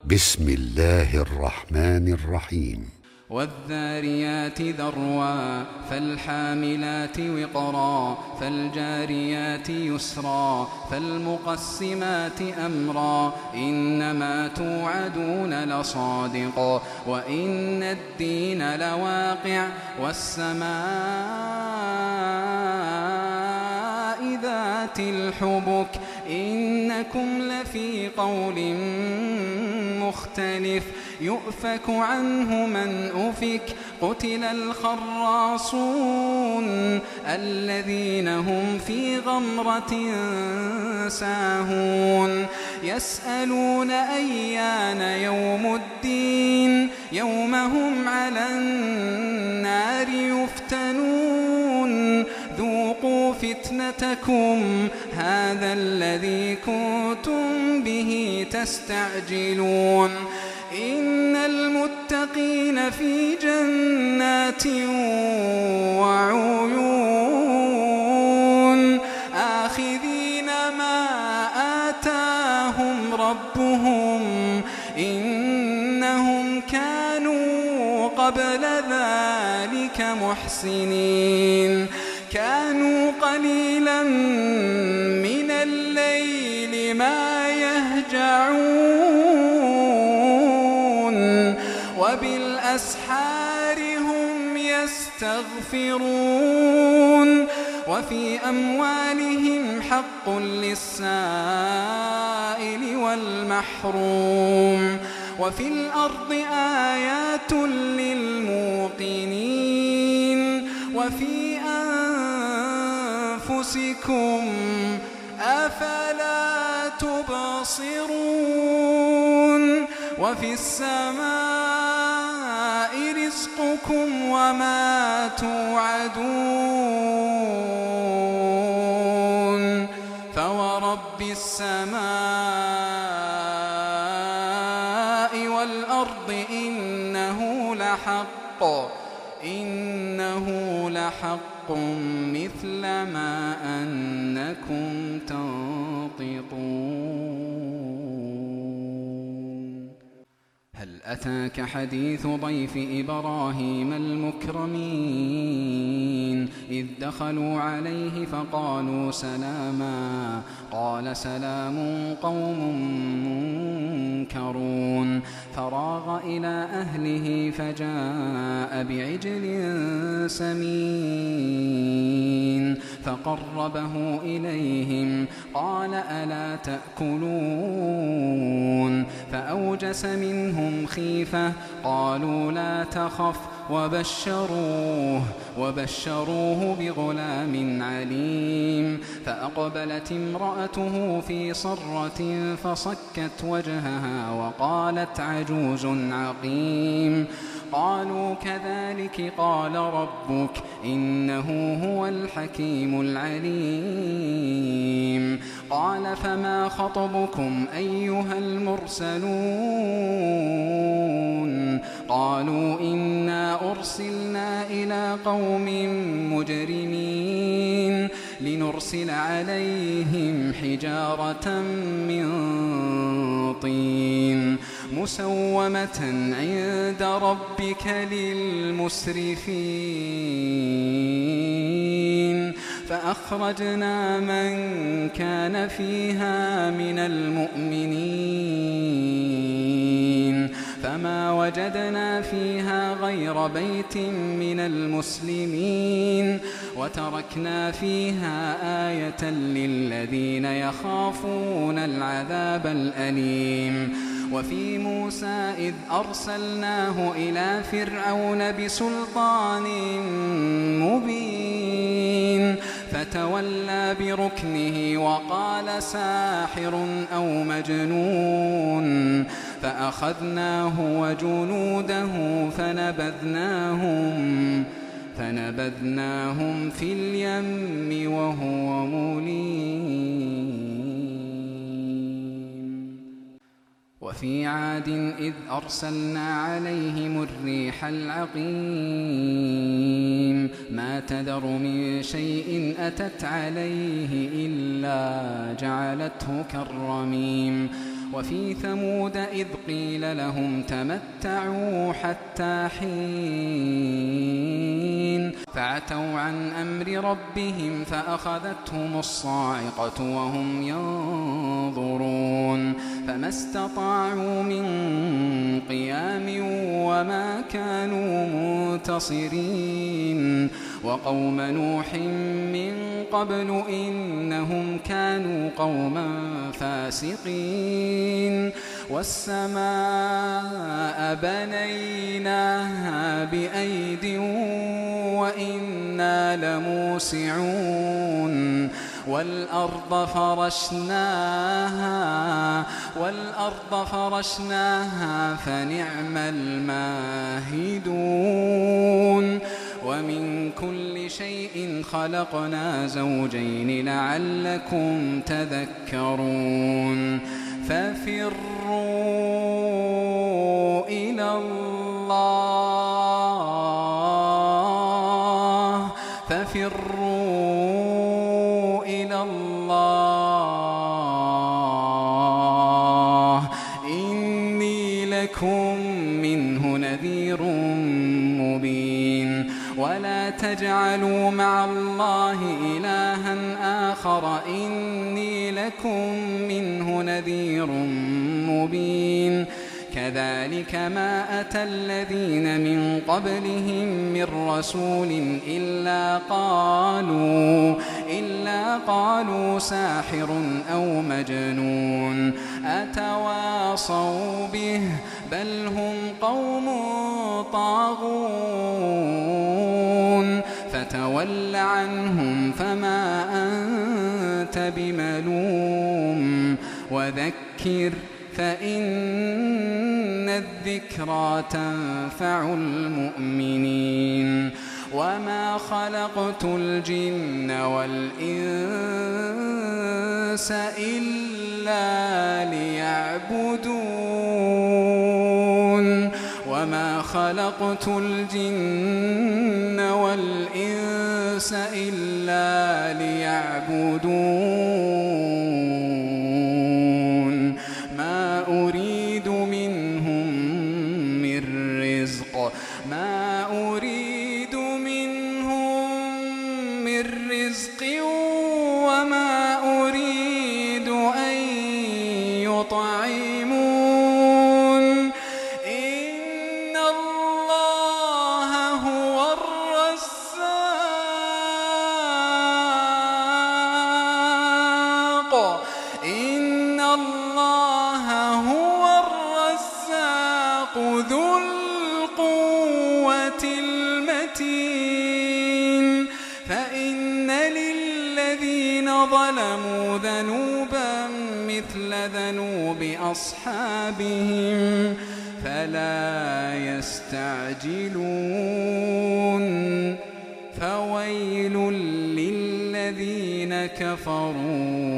بسم الله الرحمن الرحيم. والذاريات ذروا فالحاملات وقرا فالجاريات يسرا فالمقسمات أمرا إنما توعدون لصادق وإن الدين لواقع والسماء ذات الحبك إنكم لفي قول مختلف يؤفك عنه من أفك قتل الخراصون الذين هم في غمرة ساهون يسألون أيان يوم الدين يوم هم على النار يفتنون ذوقوا فتنتكم هذا الذي كنتم به تستعجلون إن المتقين في جنات وعيون آخذين ما آتاهم ربهم إنهم كانوا قبل ذلك محسنين كانوا قليلا من الليل ما يهجعون وبالأسحار هم يستغفرون وفي أموالهم حق للسائل والمحروم وفي الأرض آيات للموقنين وفي أنفسكم أفلا تبصرون وفي السماء رزقكم وما توعدون فورب السماء والأرض إنه لحق مثل ما أنكم تنطقون هل أتاك حديث ضيف إبراهيم المكرمين إذ دخلوا عليه فقالوا سلاما قال سلام قوم منكرون فراغ إلى أهله فجاء بعجل سمين فقربه إليهم قال ألا تأكلون فأوجس منهم خيفة قالوا لا تخف وبشروه بغلام عليم فأقبلت امرأته في صرة فصكت وجهها وقالت عجوز عقيم قالوا كذلك قال ربك إنه هو الحكيم العليم قال فما خطبكم أيها المرسلون قالوا إنا أرسلنا إلى قوم مجرمين لنرسل عليهم حجارة من طين مسومة عند ربك للمسرفين فأخرجنا من كان فيها من المؤمنين فما وجدنا فيها غير بيت من المسلمين وتركنا فيها آية للذين يخافون العذاب الأليم وفي موسى إذ أرسلناه إلى فرعون بسلطان مبين فتولى بركنه وقال ساحر أو مجنون فأخذناه وجنوده فنبذناهم في اليم وهو مليم وفي عاد إذ أرسلنا عليهم الريح العقيم ما تذر من شيء أتت عليه إلا جعلته كالرميم وفي ثمود إذ قيل لهم تمتعوا حتى حين فعتوا عن أمر ربهم فأخذتهم الصاعقة وهم ينظرون فما استطاعوا من قيام وما كانوا منتصرين وقوم نوح من قبل إنهم كانوا قوما فاسقين والسماء بنيناها بأيد وإنا لموسعون والأرض فرشناها فنعم الماهدون ومن كل شيء خلقنا زوجين لعلكم تذكرون ففروا إلى الله إني لكم منه نذير مبين ولا تجعلوا مع الله إلها آخر إني لكم منه نذير مبين كذلك ما أتى الذين من قبلهم من رسول إلا قالوا ساحر أو مجنون أتواصوا به بل هم قوم طاغون فتول عنهم فما أنت بملوم وذكر فإن الذكرى تنفع المؤمنين وما خلقت الجن والإنس إلا ليعبدون وما خلقت الجن والإنس إلا ليعبدون ما أريد منهم من رزق وما أريد أن يطعمون إن الله هو الرزاق ذو القوة المتين فإن للذين ظلموا ذنوبا مثل ذنوب أصحابهم فلا يستعجلون فويل للذين كفروا